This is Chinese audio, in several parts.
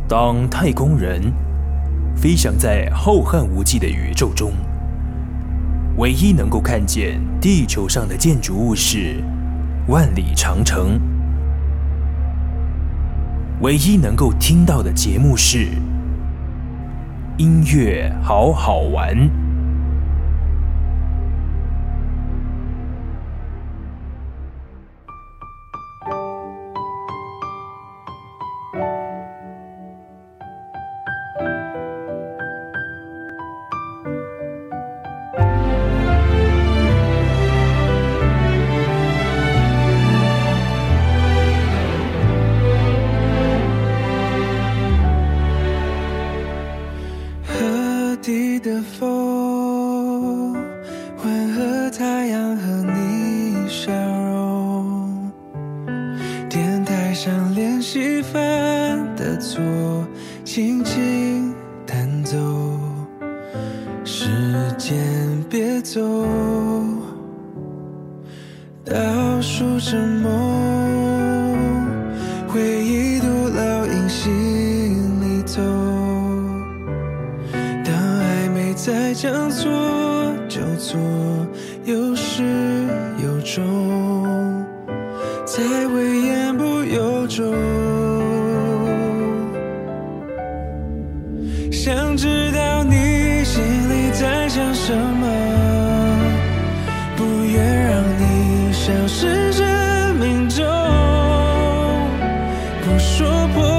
当太空人飞翔在浩瀚无际的宇宙中，唯一能够看见地球上的建筑物是万里长城，唯一能够听到的节目是音乐好好玩。 地的风混合太阳和你笑容，电台上练习犯的错轻轻弹奏，时间别走，倒数着梦，回忆都烙印心里头，再将错就错，有始有终，才会言不由衷。想知道你心里在想什么，不愿让你消失生命中，不说破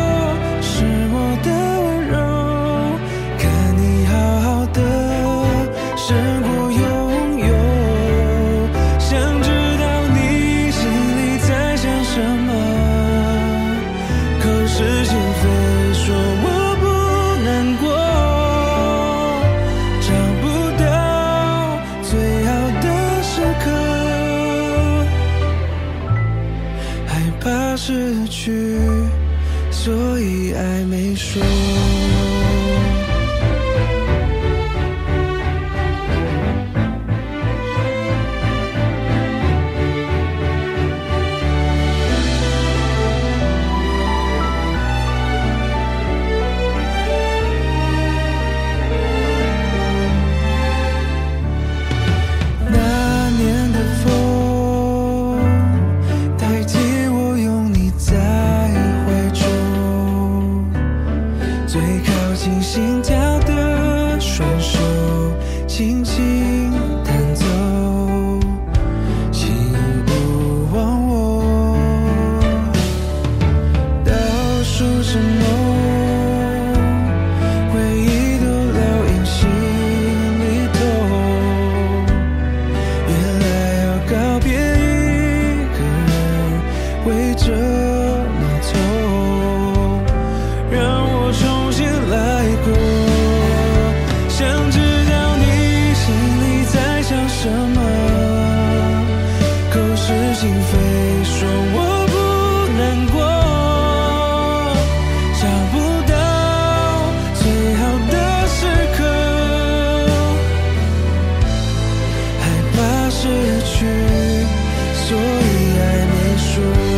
失去，所以爱没说。那年的风代替我拥你在怀中，最靠近心跳的双手轻轻弹奏，请勿忘我，倒数着梦，回忆都烙印心里头，原来要告别一个人会这么痛，让我重新来过。想知道你心里在想什么，口是心非说我不难过，找不到最好的时刻，害怕失去，所以爱没说。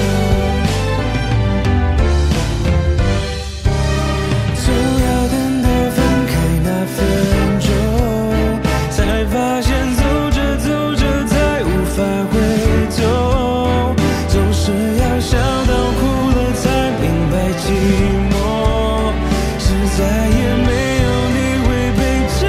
总要等到分开那分钟，才发现走着走着再无法回头，总是要笑到哭了才明白寂寞是再也没有你会陪着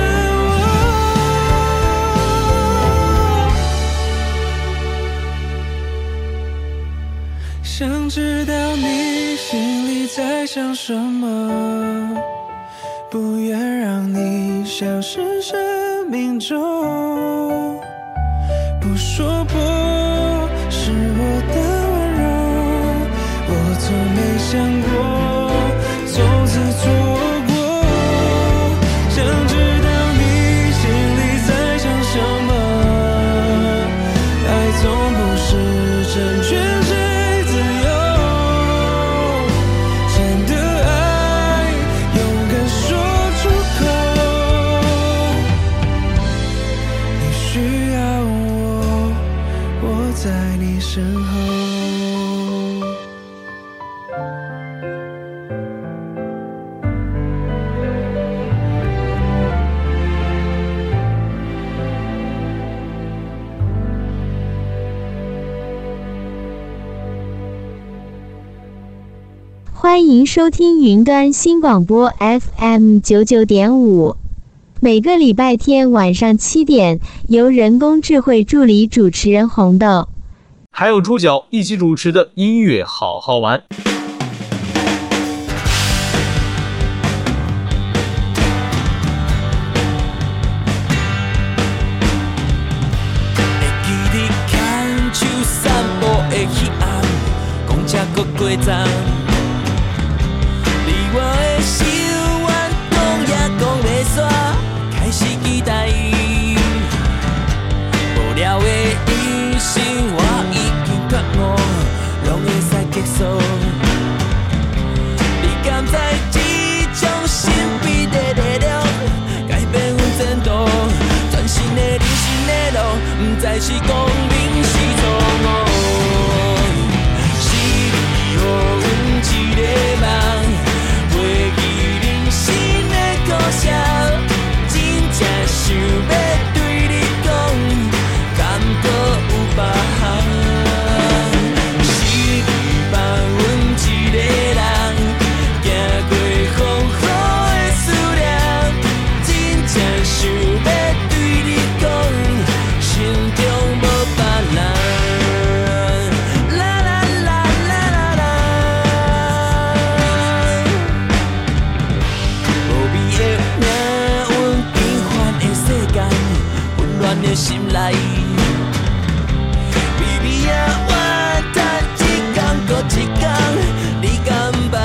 我。想知道你心里在想什么，不愿让你消失生命中，不说破是我的温柔，我从没想过从此错过。想知道你心里在想什么，爱从不是成全谁自由，真的爱勇敢说出口，你需要我， 欢迎收听云端新广播 FM99.5，每个礼拜天晚上7点，由人工智慧助理主持人红豆， 还有猪脚一起主持的音乐好好玩。 搁过站，离我的心愿讲也讲袂煞，开始期待伊。无聊的一生，我已经觉悟，拢会使结束。你敢知这种神秘的力量，改变阮前途？全新的人生的路，不再是光明是错误。一个梦，袂记人生的苦涩，真正想要对你讲，敢搁有别项？是你放阮一个人，行过风雨的思念，真正想要对你讲，心中无别人。心内，微微啊，我等一天搁一天，你敢捌？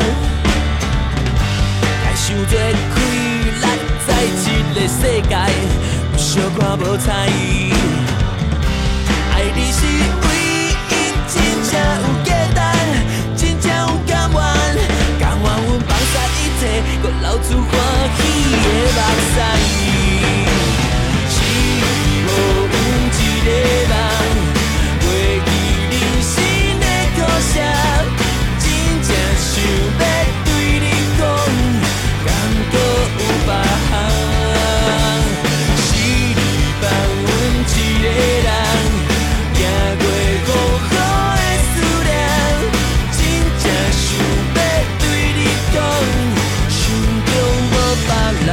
该想做开咱在一个世界，有小可无彩。爱你是唯一，真正有价值，真正有甘愿，甘愿阮放下一切，搁流出欢喜的目屎。一个梦，袂记人生的苦涩，真正想要对你讲，敢搁有别项？是你放阮一个人，行过风雨的思念，真正想要对你讲，心中无别人。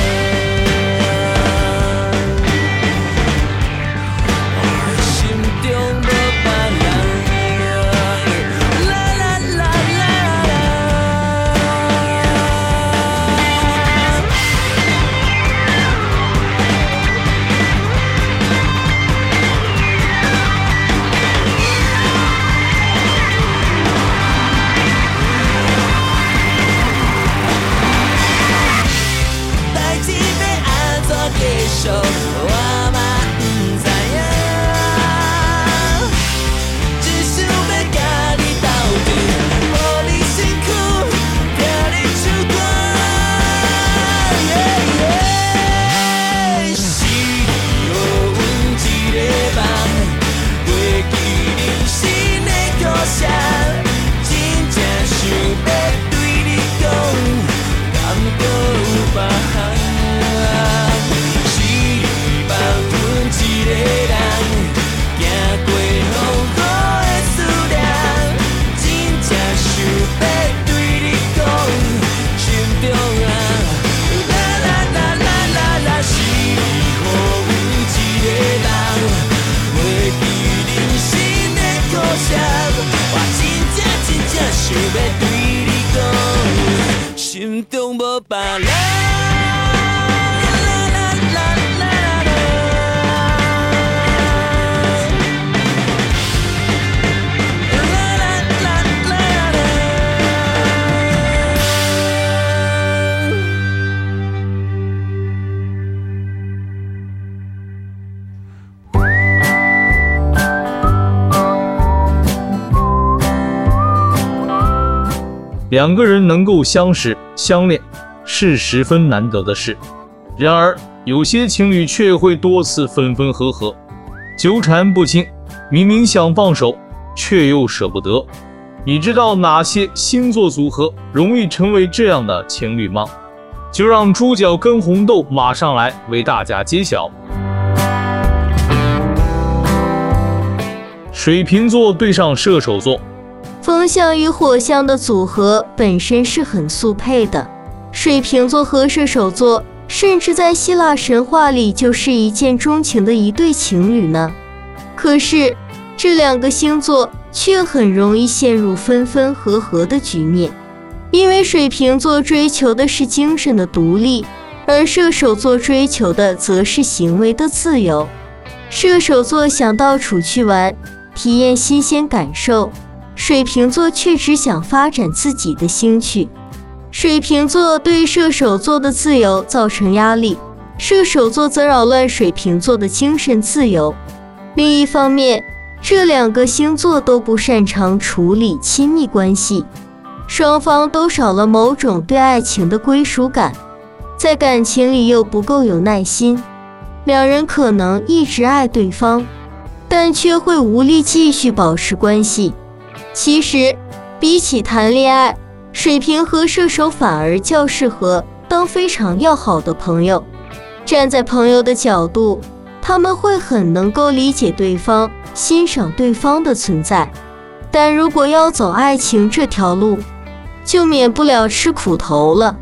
我嘛不知影，只想要甲你斗阵，无你辛苦，听你唱歌。是你予阮一个梦，袂记人生的苦涩，真正想要对你讲，敢搁有别项？一个人行过风雨的思念，真正想要对你讲，心中啊，啦啦啦啦啦啦，是你予阮一个人，袂记人生的苦涩，我真正想要对你讲，心中无别人。 两个人能够相识相恋是十分难得的事，然而有些情侣却会多次分分合合，纠缠不清，明明想放手却又舍不得。你知道哪些星座组合容易成为这样的情侣吗？就让猪脚跟红豆马上来为大家揭晓。水瓶座对上射手座， 风象与火象的组合本身是很速配的，水瓶座和射手座甚至在希腊神话里就是一见钟情的一对情侣呢。可是这两个星座却很容易陷入分分合合的局面，因为水瓶座追求的是精神的独立，而射手座追求的则是行为的自由。射手座想到处去玩，体验新鲜感受，水瓶座却只想发展自己的兴趣。水瓶座对射手座的自由造成压力，射手座则扰乱水瓶座的精神自由。另一方面，这两个星座都不擅长处理亲密关系，双方都少了某种对爱情的归属感，在感情里又不够有耐心，两人可能一直爱对方，但却会无力继续保持关系。其实比起谈恋爱，水瓶和射手反而较适合当非常要好的朋友。站在朋友的角度，他们会很能够理解对方，欣赏对方的存在。但如果要走爱情这条路，就免不了吃苦头了。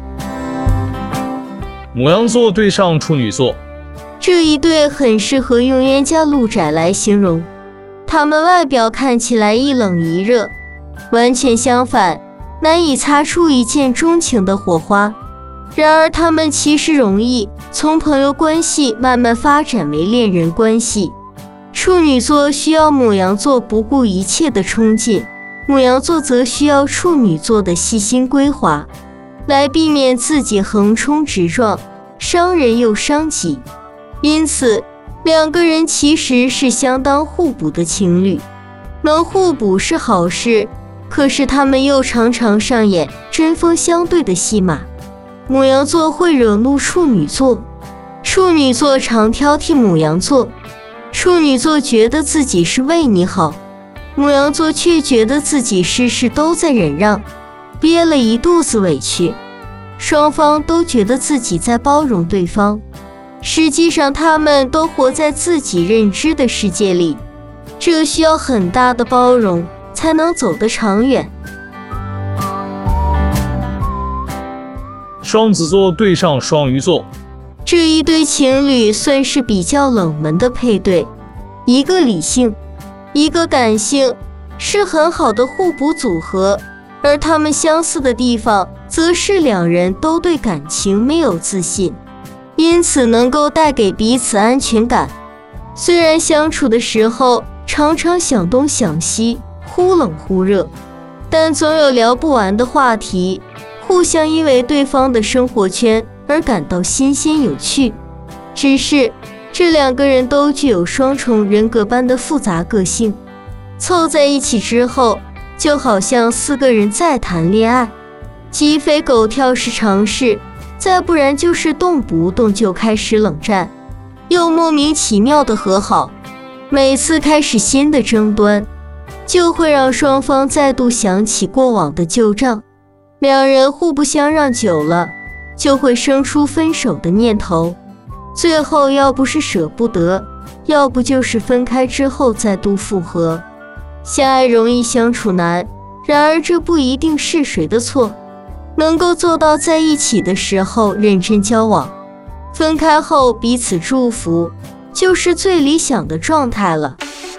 牡羊座对上处女座， 这一对很适合用冤家路窄来形容。他们外表看起来一冷一热，完全相反，难以擦出一见钟情的火花。然而他们其实容易从朋友关系慢慢发展为恋人关系。处女座需要牡羊座不顾一切的冲劲，牡羊座则需要处女座的细心规划，来避免自己横冲直撞，伤人又伤己。因此两个人其实是相当互补的情侣。能互补是好事，可是他们又常常上演针锋相对的戏码。牡羊座会惹怒处女座，处女座常挑剔牡羊座，处女座觉得自己是为你好，牡羊座却觉得自己事事都在忍让，憋了一肚子委屈。双方都觉得自己在包容对方，实际上他们都活在自己认知的世界里，这需要很大的包容才能走得长远。 双子座对上双鱼座， 这一对情侣算是比较冷门的配对，一个理性，一个感性，是很好的互补组合。而他们相似的地方，则是两人都对感情没有自信，因此能够带给彼此安全感。虽然相处的时候常常想东想西，忽冷忽热，但总有聊不完的话题，互相因为对方的生活圈而感到新鲜有趣。只是这两个人都具有双重人格般的复杂个性，凑在一起之后，就好像四个人在谈恋爱，鸡飞狗跳是常事，再不然就是动不动就开始冷战，又莫名其妙的和好。每次开始新的争端，就会让双方再度想起过往的旧账，两人互不相让久了，就会生出分手的念头。最后要不是舍不得，要不就是分开之后再度复合。相爱容易相处难，然而这不一定是谁的错。能够做到在一起的时候认真交往，分开后彼此祝福，就是最理想的状态了。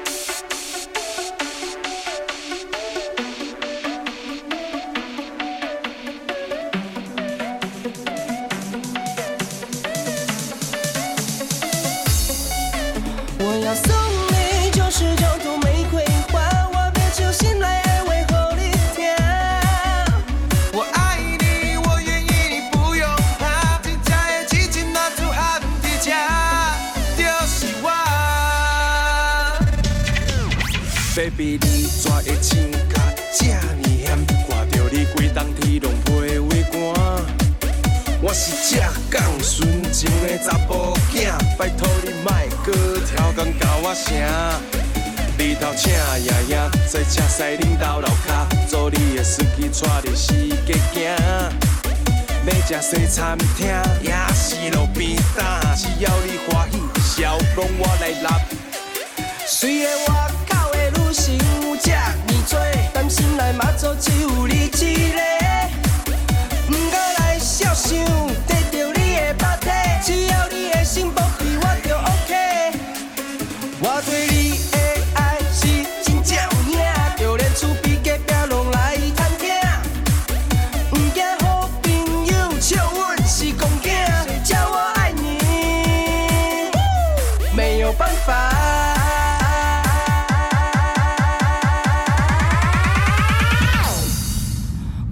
我要送你99朵玫瑰花，我别求信赖而为后你听。我爱你，我愿意，你不用怕，真正的痴情若做暗伫这，就是我。Baby， 你怎会穿甲这呢险？看到你规冬天拢被畏寒。我是这港纯情的查甫囝，拜托你莫搁挑工教我声。日头请爷爷，在车驶恁兜楼骹，做你的司机带着四界行。要食西餐厅，也是路边摊，只要你欢喜，笑容我来揽。虽然我口的女性有这呢多，担心若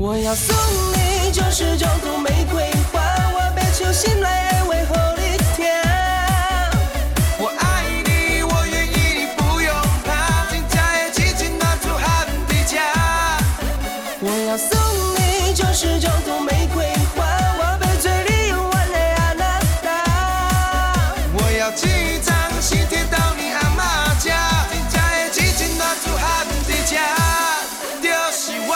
我要送你99朵玫瑰花，我被求心来为后你听。我爱你，我愿意，你不用怕，真正的激情拿出喊的家。我要送你99朵玫瑰花，我被嘴里用完的阿娜达。我要寄张喜帖到你阿妈家，真正的激情拿出喊的家，就是我。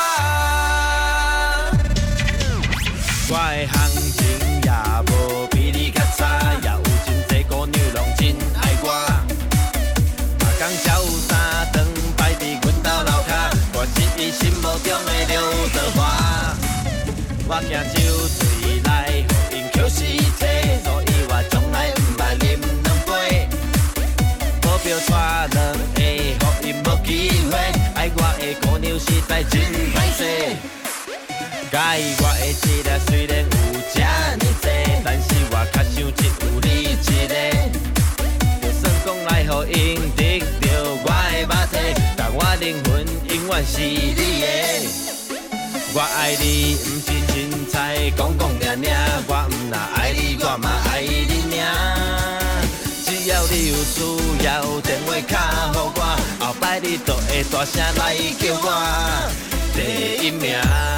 我的行情也无比你较差，也有真济姑娘拢真爱我。阿公才有3顿摆伫阮兜楼骹，我是伊心目中的刘德华。我惊酒醉来，互因捡尸体，所以我从来毋捌啉2杯。保镖带2个，互因无机会。爱我的姑娘实在真歹势。介意我的质量虽然有这呢多，但是我较想只有你一个。就算讲来互因得到我的肉体，但我灵魂永远是你的。我爱你，不是凊彩讲念念，我不但爱你，我嘛爱你尔。只要你有需要，电话卡予我，后摆你就会大声来叫我第一名。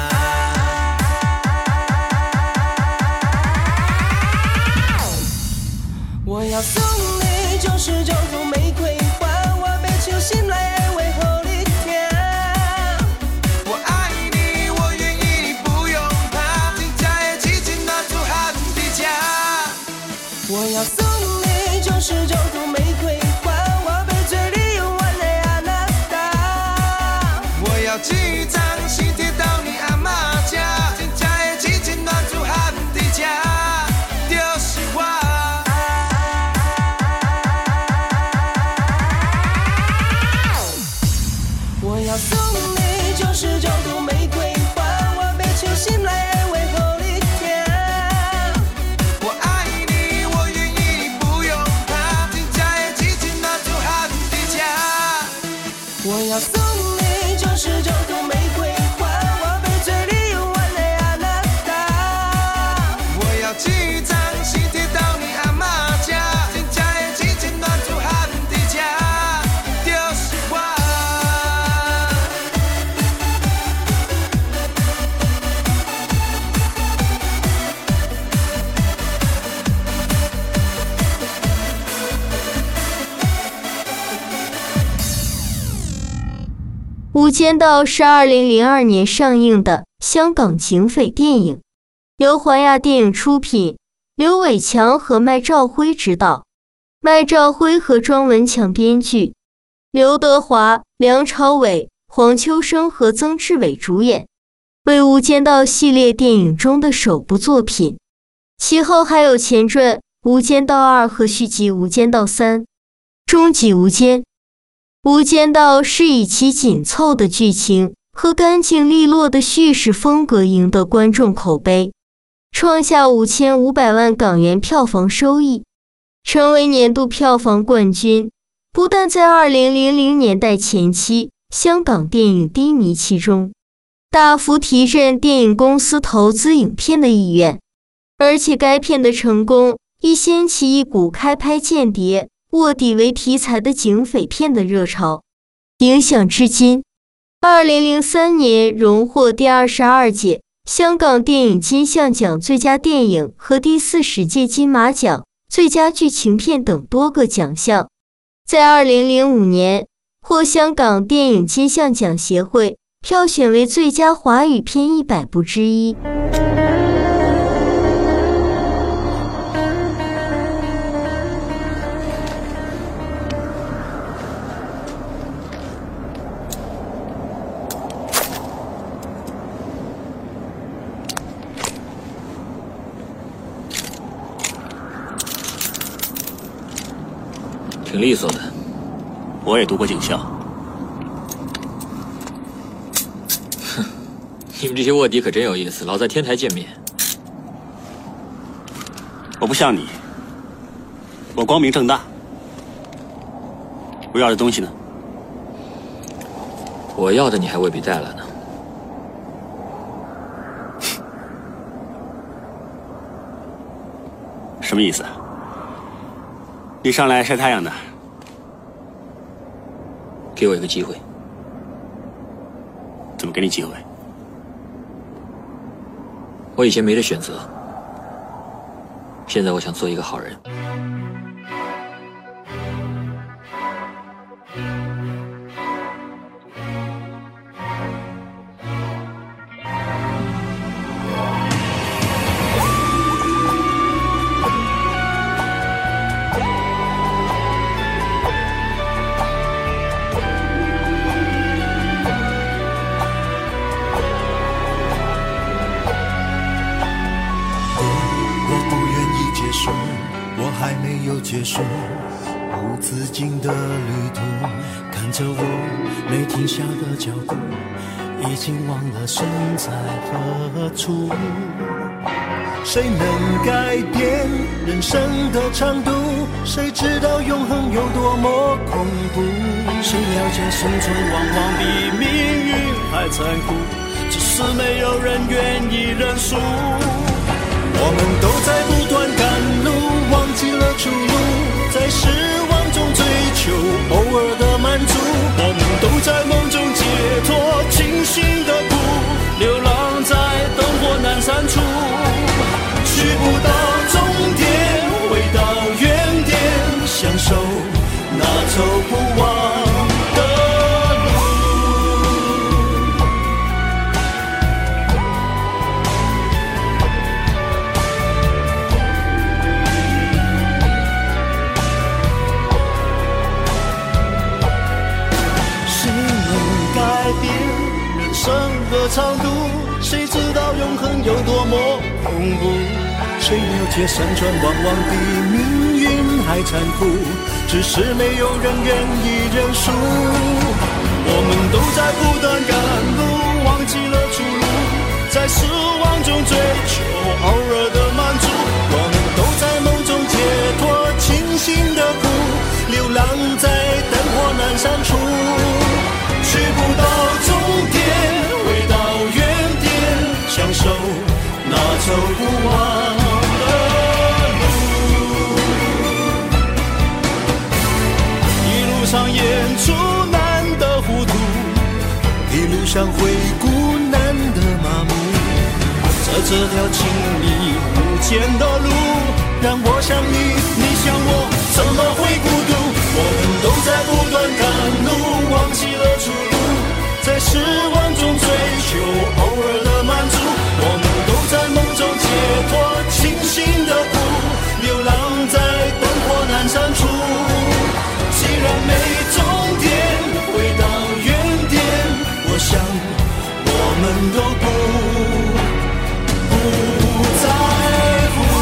我要送你99朵玫瑰花，我被求心来为后你听。我爱你，我愿意，你不用怕，真正的激情拿出喊的家。我要送你99朵玫瑰花，我被嘴里用完的阿娜达。我要寄张喜帖到你阿妈家，真正的激情拿出喊的家，就是我。我要送你99朵玫瑰花，我被求心来为后你听。我爱你，我愿意，你不用怕，真正的激情拿出喊的家。我要送你99朵玫瑰花，我被嘴里用完的阿娜达。我要寄张喜帖到你阿妈家，真正的激情拿出喊的家，就是我。 《无间道》是2002年上映的香港警匪电影，由环亚电影出品，刘伟强和麦兆辉执导，麦兆辉和庄文强编剧，刘德华、梁朝伟、黄秋生和曾志伟主演，为《无间道》系列电影中的首部作品。其后还有前传《无间道2》和续集《无间道3》。终极无间。《无间道》是以其紧凑的剧情和干净利落的叙事风格赢得观众口碑，创下5500万港元票房收益，成为年度票房冠军。不但在2000年代前期香港电影低迷期中，大幅提振电影公司投资影片的意愿，而且该片的成功亦掀起一股开拍间谍、卧底为题材的警匪片的热潮，影响至今。2003年荣获第22届香港电影金像奖最佳电影和第40届金马奖最佳剧情片等多个奖项。在2005年，获香港电影金像奖协会票选为最佳华语片100部之一。 挺利索的，我也读过警校。哼，你们这些卧底可真有意思，老在天台见面。 我不像你，我光明正大。我要的东西呢？ 我要的你还未必带来呢。 什么意思？你上来晒太阳的？ 给我一个机会。 怎么给你机会？ 我以前没得选择，现在我想做一个好人。 我还没有结束无止境的旅途，看着我没停下的脚步，已经忘了身在何处。谁能改变人生的长度？谁知道永恒有多么恐怖？谁了解生存往往比命运还残酷，只是没有人愿意认输。我们都在不断赶路，忘记了出路，在失望中追求偶尔的满足。我们都在梦中解脱清醒的苦，流浪在灯火阑珊处，去不到终点，回到原点，享受那走不完的的长度，谁知道永恒有多么恐怖？谁了解生存往往比命运还残酷，只是没有人愿意认输。我们都在不断赶路，忘记了出路，在失望中追求偶尔的满足。我们都在梦中解脱清醒的苦，流浪在灯火阑珊处，去不到终点，回到原点，享受那走不完的路。一路上演出难的糊涂，一路上回顾难的麻木，在这条情理无间的路，让我想你，你想我，怎么会孤独？我们都在不断赶路，忘记了出路，在失望中追求偶尔的满足。我们都在梦中解脱清醒的苦，流浪在灯火阑珊处。既然没终点，回到原点，我想我们都不在乎。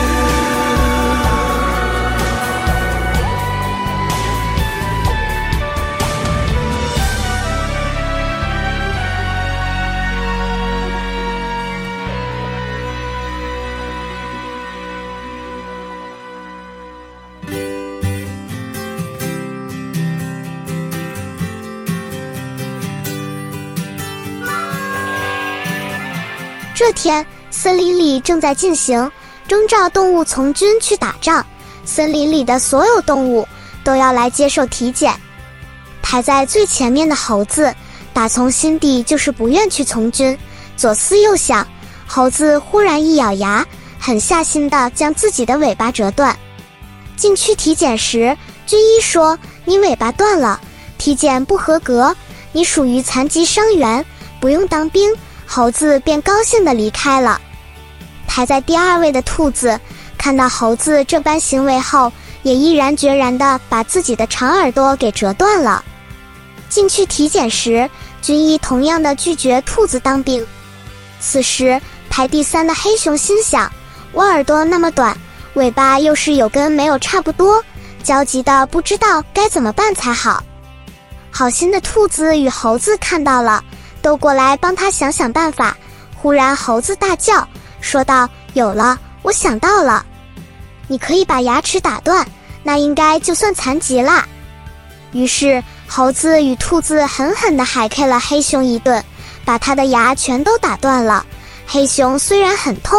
这天，森林里正在进行征召动物从军去打仗，森林里的所有动物都要来接受体检。排在最前面的猴子，打从心底就是不愿去从军，左思右想，猴子忽然一咬牙，狠下心地将自己的尾巴折断。进去体检时，军医说：“你尾巴断了，体检不合格，你属于残疾伤员，不用当兵。”猴子便高兴地离开了。排在第二位的兔子看到猴子这般行为后，也毅然决然地把自己的长耳朵给折断了。进去体检时，军医同样的拒绝兔子当兵。此时排第三的黑熊心想，我耳朵那么短，尾巴又是有跟没有差不多，焦急的不知道该怎么办才好。好心的兔子与猴子看到了，都过来帮他想想办法。忽然猴子大叫说道：“有了，我想到了，你可以把牙齿打断，那应该就算残疾啦。”于是猴子与兔子狠狠地海 K 了黑熊一顿，把他的牙全都打断了。黑熊虽然很痛，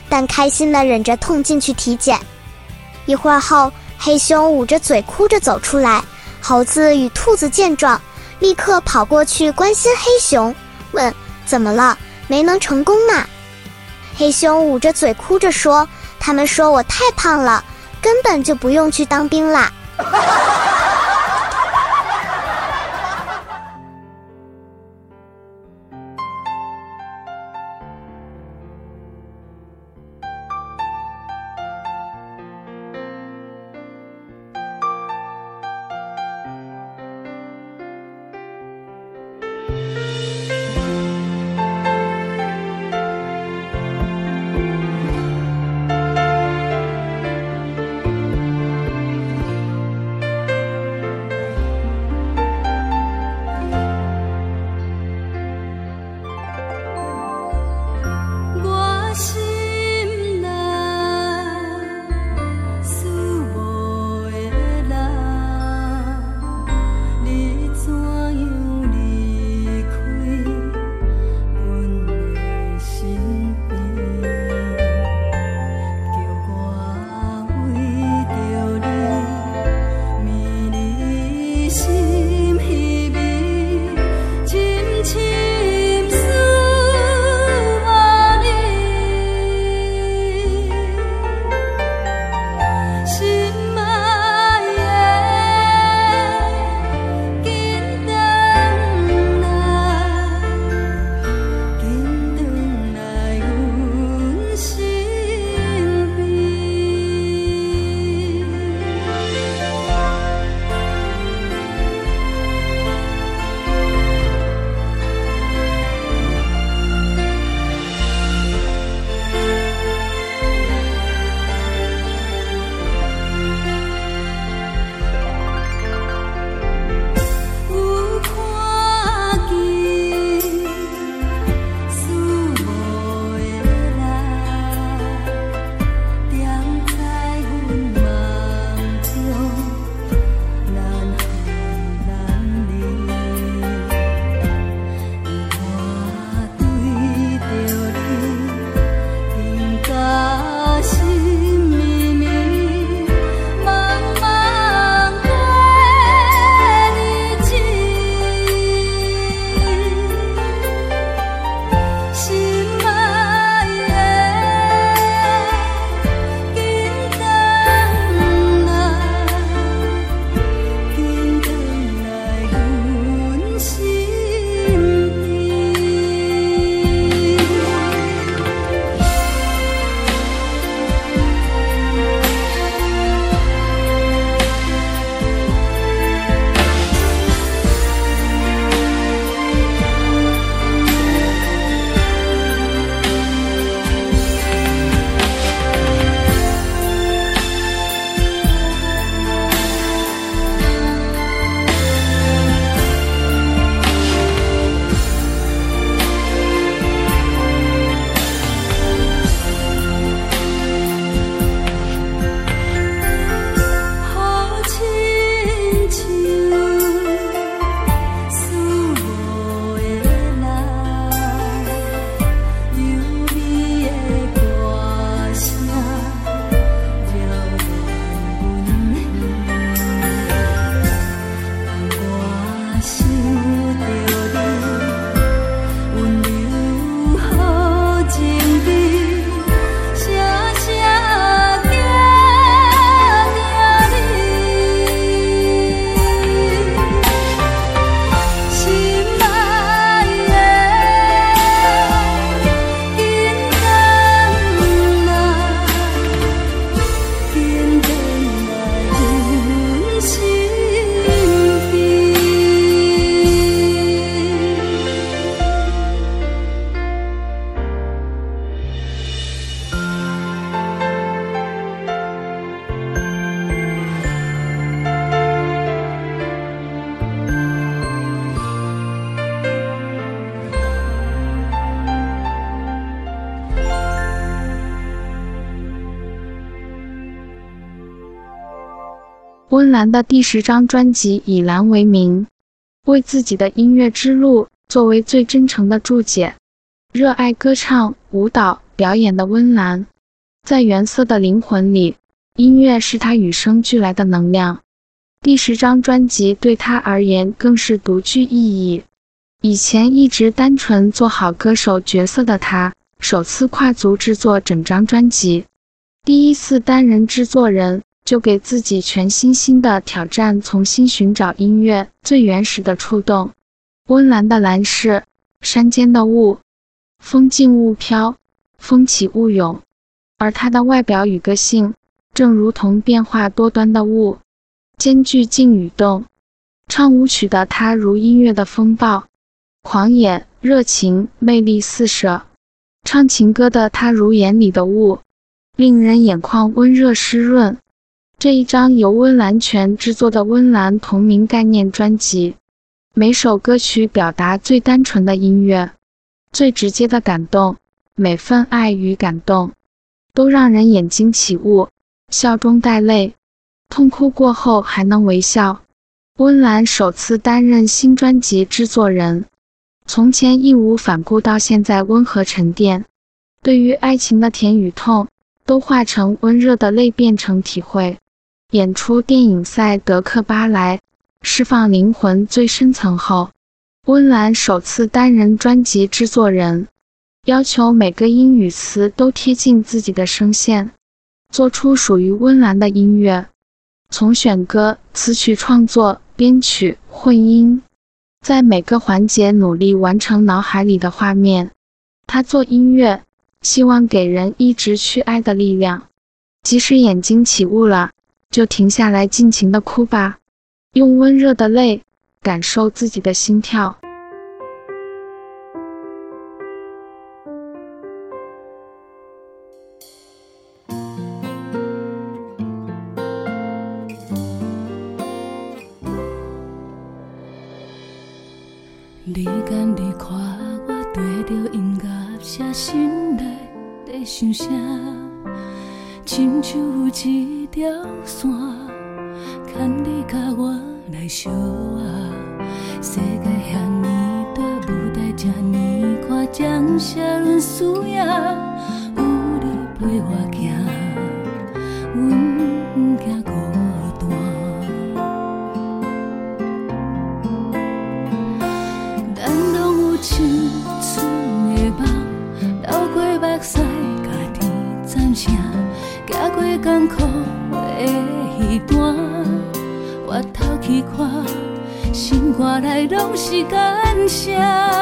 但开心地忍着痛进去体检。一会儿后，黑熊捂着嘴哭着走出来，猴子与兔子见状，立刻跑过去关心黑熊，问：怎么了？没能成功吗？黑熊捂着嘴哭着说：他们说我太胖了，根本就不用去当兵啦。 温岚的第10张专辑以岚为名，为自己的音乐之路作为最真诚的注解。热爱歌唱、舞蹈、表演的温岚， 在原色的灵魂里，音乐是他与生俱来的能量。第10张专辑对他而言更是独具意义。以前一直单纯做好歌手角色的他，首次跨足制作整张专辑。第一次担任制作人，就给自己全新的挑战，重新寻找音乐最原始的触动。温岚的蓝是山间的雾，风静雾飘，风起雾涌，而他的外表与个性正如同变化多端的雾，兼具静与动。唱舞曲的他如音乐的风暴，狂野、热情、魅力四射；唱情歌的他如眼里的雾，令人眼眶温热湿润。这一张由温岚全制作的温岚同名概念专辑，每首歌曲表达最单纯的音乐，最直接的感动，每份爱与感动都让人眼睛起雾，笑中带泪，痛哭过后还能微笑。温岚首次担任新专辑制作人，从前义无反顾到现在温和沉淀，对于爱情的甜与痛都化成温热的泪，变成体会。演出电影赛德克巴莱，释放灵魂最深层后，温岚首次担任专辑制作人，要求每个音与词都贴近自己的声线，做出属于温岚的音乐。从选歌、词曲创作、编曲、混音，在每个环节努力完成脑海里的画面。他做音乐，希望给人一直去爱的力量，即使眼睛起雾了，就停下来尽情的哭吧，用温热的泪感受自己的心跳。 你敢离开我，对着音乐写心内在想啥？亲像有一条线，牵你甲我来相爱。世界遐尼大，舞台这尼宽，将谁人需要？有你陪我行，阮不惊孤单。咱拢有青春的梦，流过目屎，家己暂时。行过艰苦的彼段，回头去看，心肝内拢是感谢。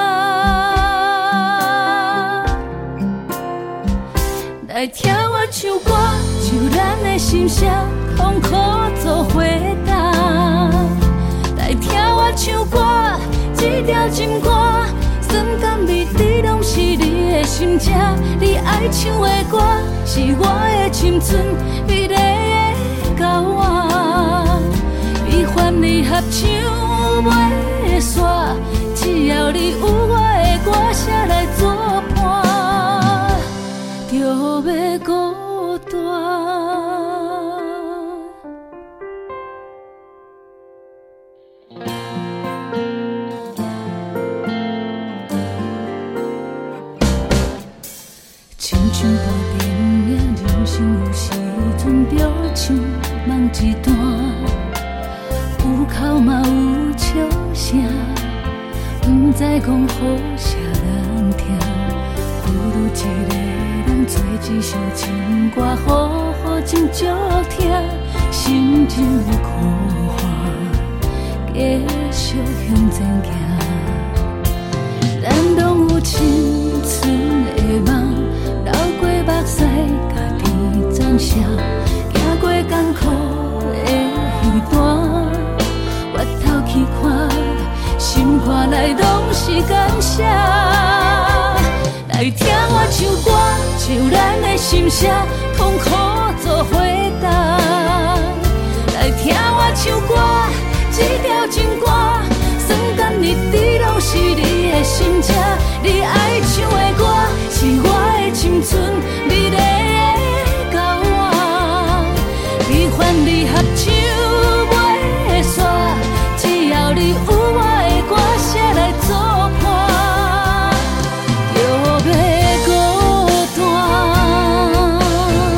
来听我唱歌，就咱的心声，痛苦做回答。来听我唱歌，这条情歌，酸甘味甜拢是你的心情。你爱唱的歌，是我的青春美丽的交换。悲欢离合唱袂煞，只要你有我的歌声来作伴，就袂孤单。亲像部电影，人生有时阵就像梦一段，有哭嘛有笑声，不知讲好啥难听，不如一个人做一首情歌，好好情足听，心情有苦化，继续向前行。咱拢有青春的梦，流过目屎，家己暂时，行过艰苦的彼段，回头去看，心肝内拢是感谢。来听我唱歌，唱咱的心声，痛苦做回答。来听我唱歌，这条情歌，酸甘蜜甜拢是你的心情。你爱唱的歌，是我的青春美丽的交换。悲欢离合唱袂煞，只要你有我的歌声来作伴，就袂孤单。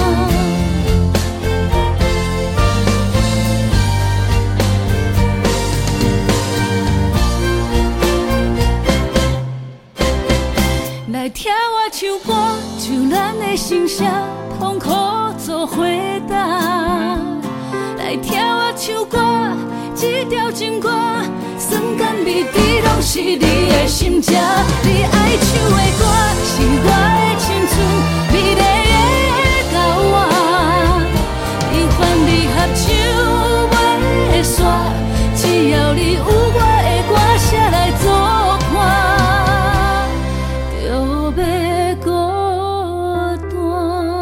来听我唱歌，就咱的心声，痛苦做回答。来听我唱歌，这条情歌，酸甘味甜拢是你的心情。你爱唱的歌，是我的青春，美丽的交换。你犯你合唱袂煞，只要你有我的歌写来作伴，就袂孤单。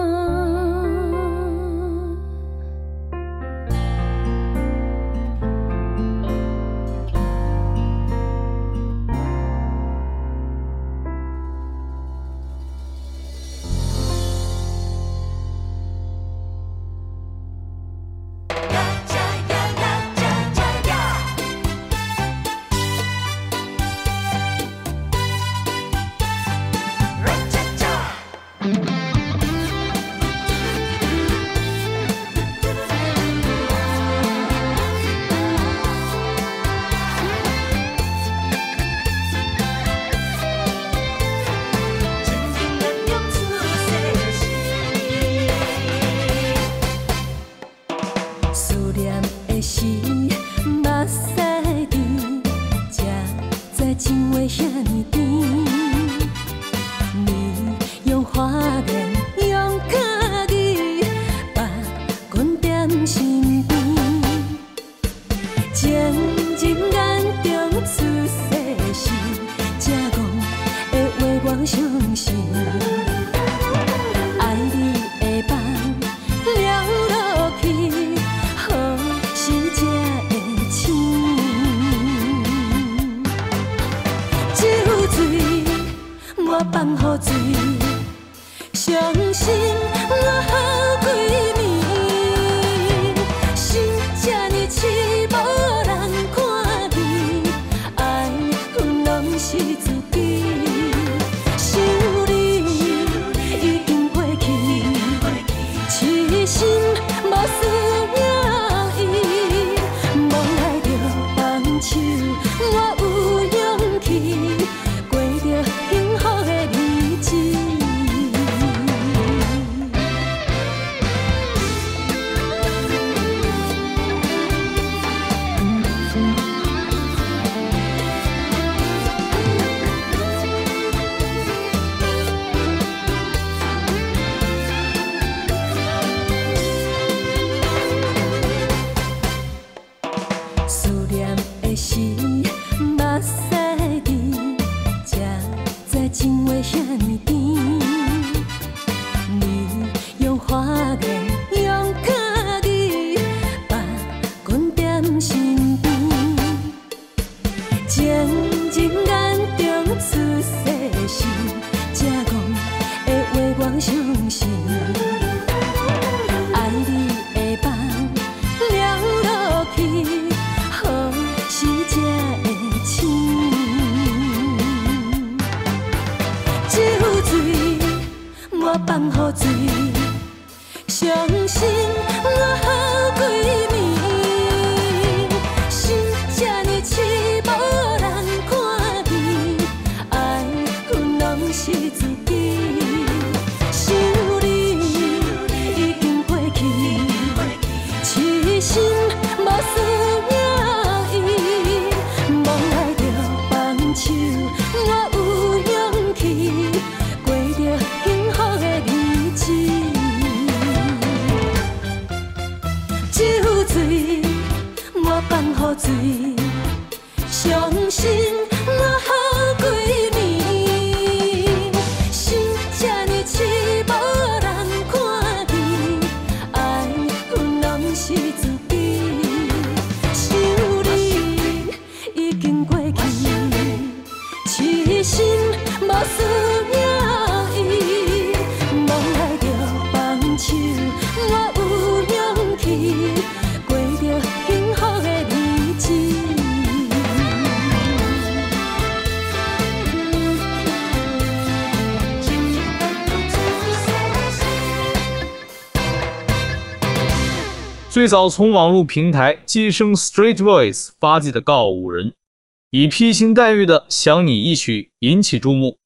最早从网络平台接生 Street Voice 发迹的告五人，以披星戴月的想你一曲引起注目。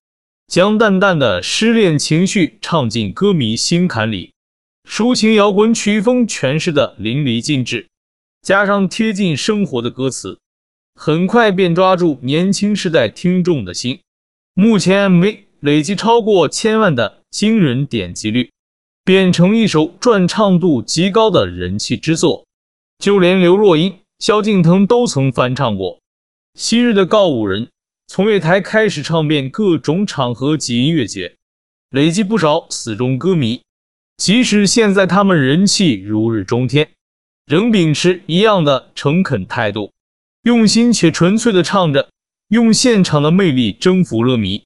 将淡淡的失恋情绪唱进歌迷心坎里，抒情摇滚曲风诠释的淋漓尽致，加上贴近生活的歌词，很快便抓住年轻世代听众的心。目前 MV 累计超过1000万的惊人点击率，变成一首传唱度极高的人气之作，就连刘若英、萧敬腾都曾翻唱过。昔日的告五人从月台开始唱遍各种场合及音乐节，累积不少死忠歌迷。即使现在他们人气如日中天，仍秉持一样的诚恳态度，用心且纯粹的唱着，用现场的魅力征服乐迷。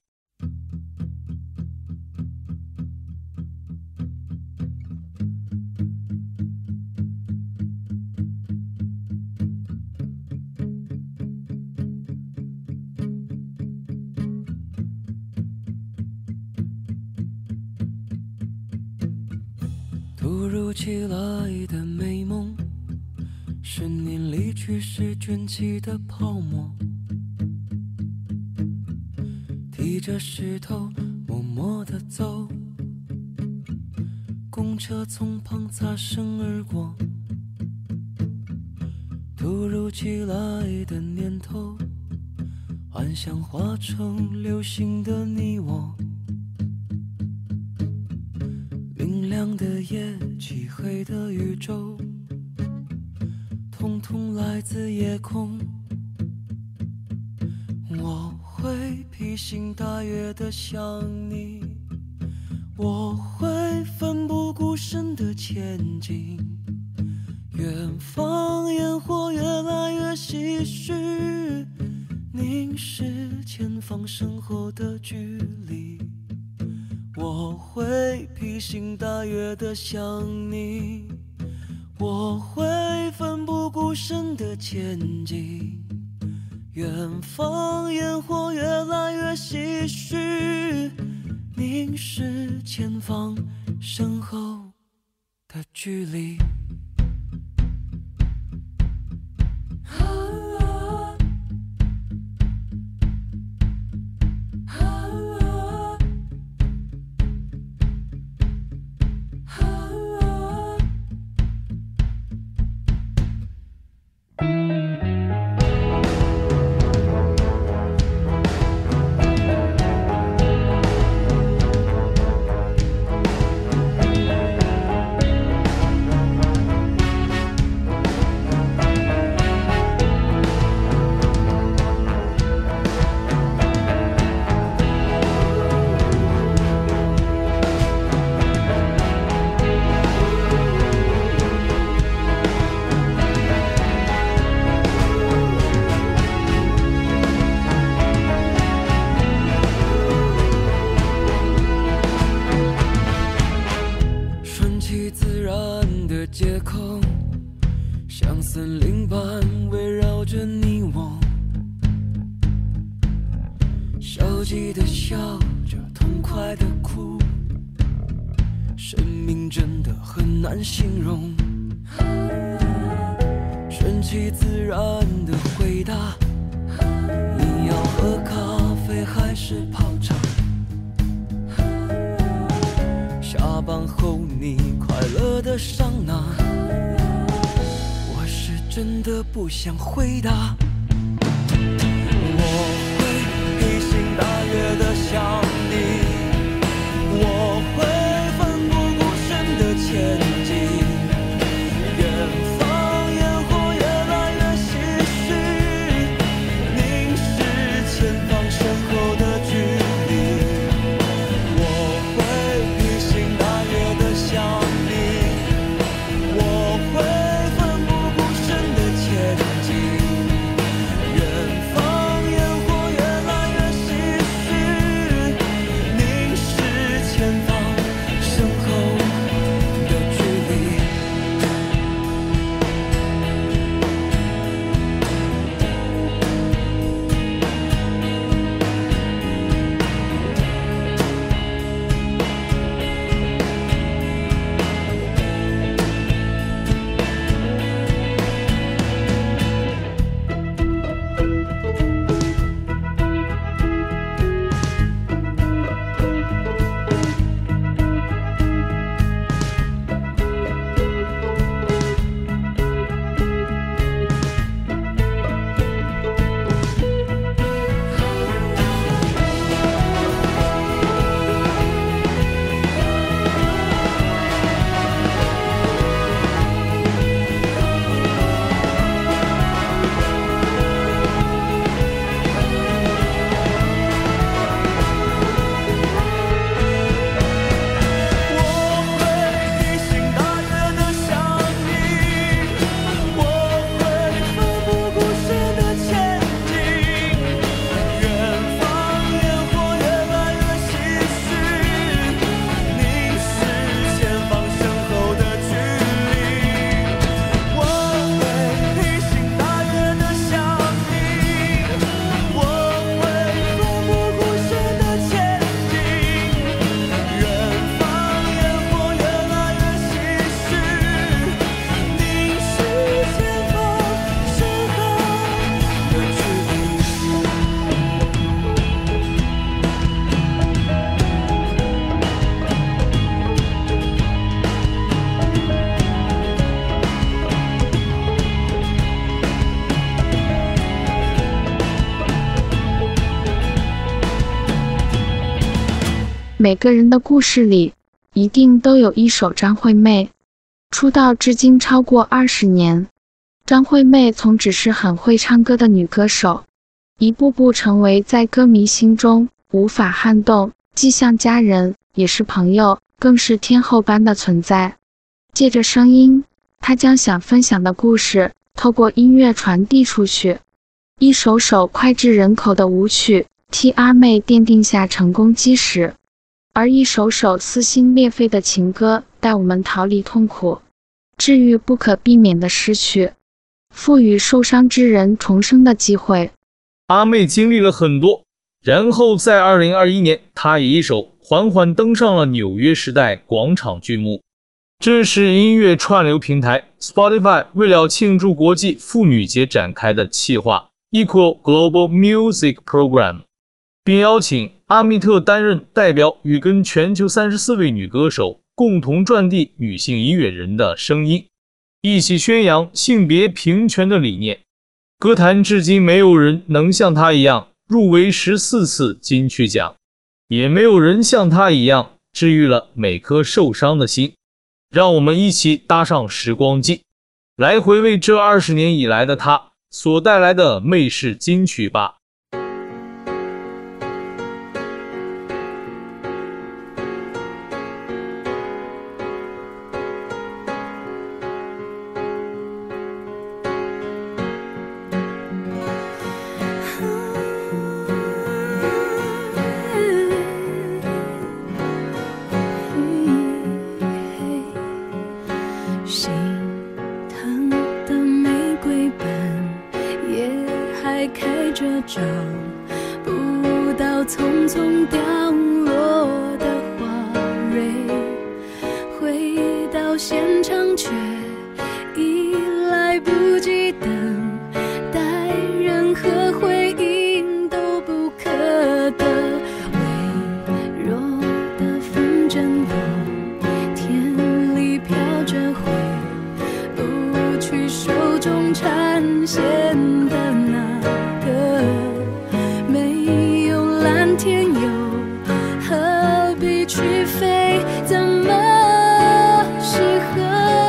突如其来的美梦，10年离去时卷起的泡沫，提着石头默默地走，公车从旁擦身而过。突如其来的念头，幻想化成流星的你我，明亮的夜，漆黑的宇宙，统统来自夜空。我会披星戴月地想你，我会奋不顾身地前进。远方烟火越来越唏嘘，凝视前方身后的距离。我会披星戴月地想你，我会奋不顾身地前进。远方烟火越来越唏嘘，凝视前方身后的距离。夜空像森林般围绕着你我，消极的笑着，痛快的哭，生命真的很难形容。顺其自然的回答，你要喝咖啡还是泡茶？下班后你快乐的桑拿，我是真的不想回答。我会披星戴月的想你，我会奋不顾身的前进。远方烟火越来越唏嘘，凝视前方身后的距离。我会披星戴月的想你，我会奋不顾身的前进。远方烟火越来越唏嘘， 每个人的故事里，一定都有一首张惠妹。出道至今超过20年，张惠妹从只是很会唱歌的女歌手，一步步成为在歌迷心中无法撼动，既像家人，也是朋友，更是天后般的存在。借着声音，她将想分享的故事透过音乐传递出去。一首首脍炙人口的舞曲替阿妹奠定下成功基石，而一首首撕心裂肺的情歌带我们逃离痛苦，治愈不可避免的失去，赋予受伤之人重生的机会。 阿妹经历了很多，然后在2021年，她以一首《缓缓》登上了纽约时代广场剧目。这是音乐串流平台 Spotify 为了庆祝国际妇女节展开的企划 Equal Global Music Program， 并邀请阿密特担任代表，与跟全球34位女歌手共同传递女性音乐人的声音，一起宣扬性别平权的理念。歌坛至今没有人能像她一样入围14次金曲奖，也没有人像她一样治愈了每颗受伤的心。让我们一起搭上时光机，来回味这20年以来的她所带来的媚式金曲吧。 心疼的玫瑰般也还开着，找不到匆匆掉落的花蕊，回到现场却已来不及等待，任何回应都不可得。微弱的风筝落，天里飘着回不去手中缠线的那个，没有蓝天又何必去飞，怎么适合？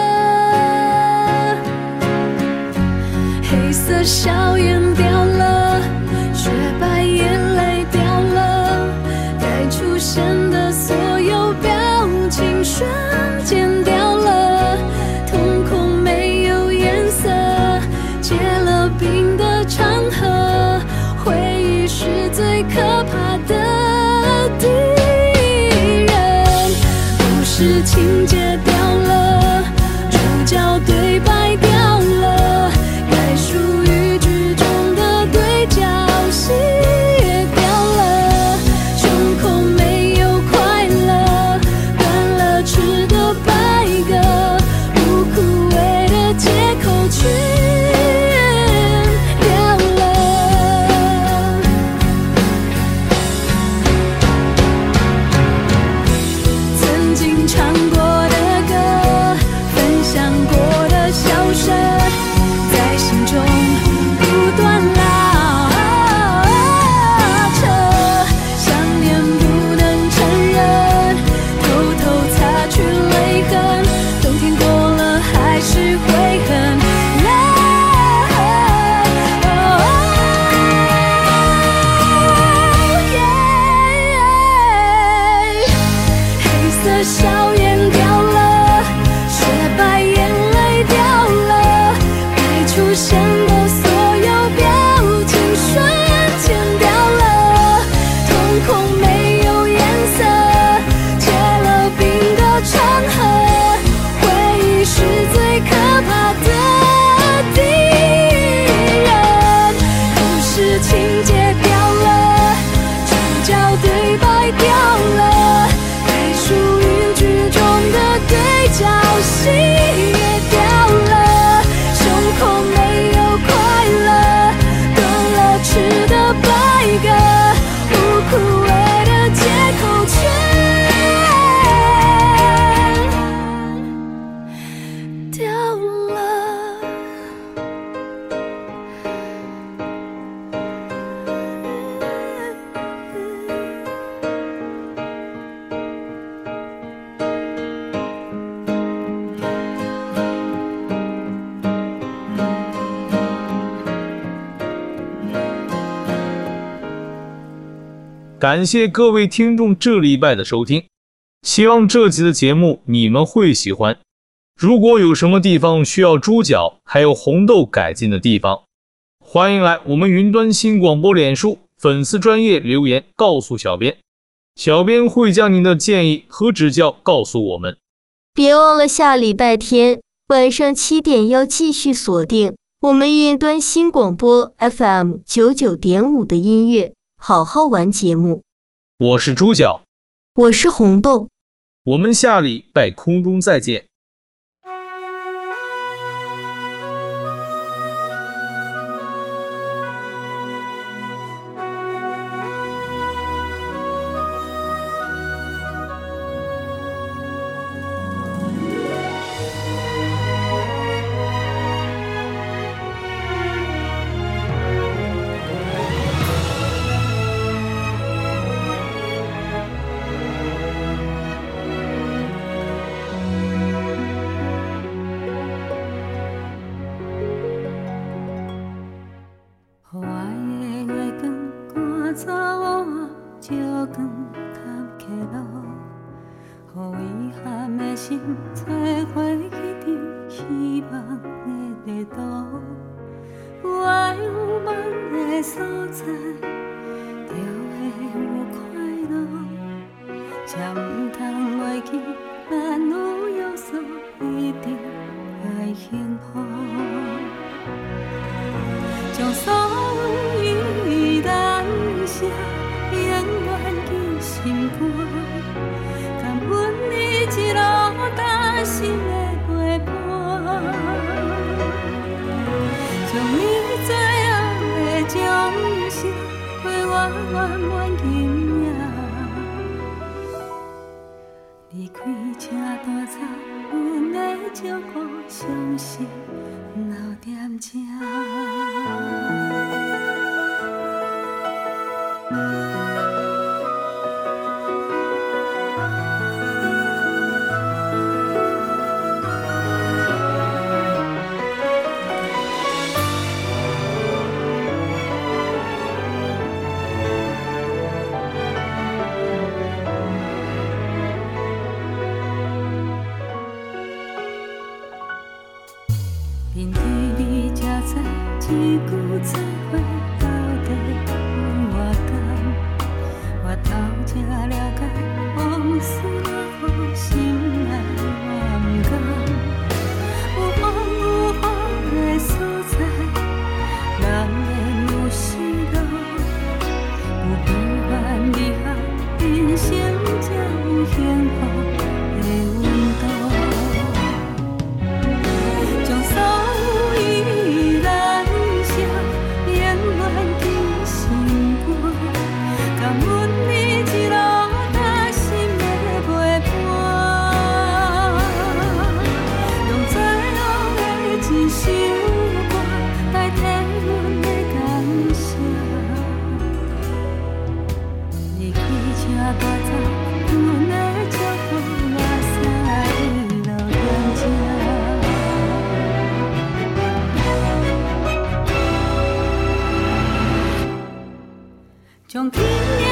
黑色笑颜掉了，雪白眼泪掉了，该出现的所有表情瞬间掉了，瞳孔没有颜色，结了冰的长河，回忆是最可怕的敌人。故事情节掉了，主角对白掉了，该属于剧中的对角戏也掉了，胸口没有快乐，断了翅的白鸽，不枯萎的借口全掉了。曾经尝过感谢各位听众这礼拜的收听，希望这集的节目你们会喜欢。如果有什么地方需要猪脚还有红豆改进的地方，欢迎来我们云端新广播脸书粉丝专页留言告诉小编，小编会将您的建议和指教告诉我们。 别忘了下礼拜天晚上7点要继续锁定我们云端新广播 FM 99.5的音乐好好玩节目。 我是猪脚， 我是红豆， 我们下礼拜空中再见。 从今夜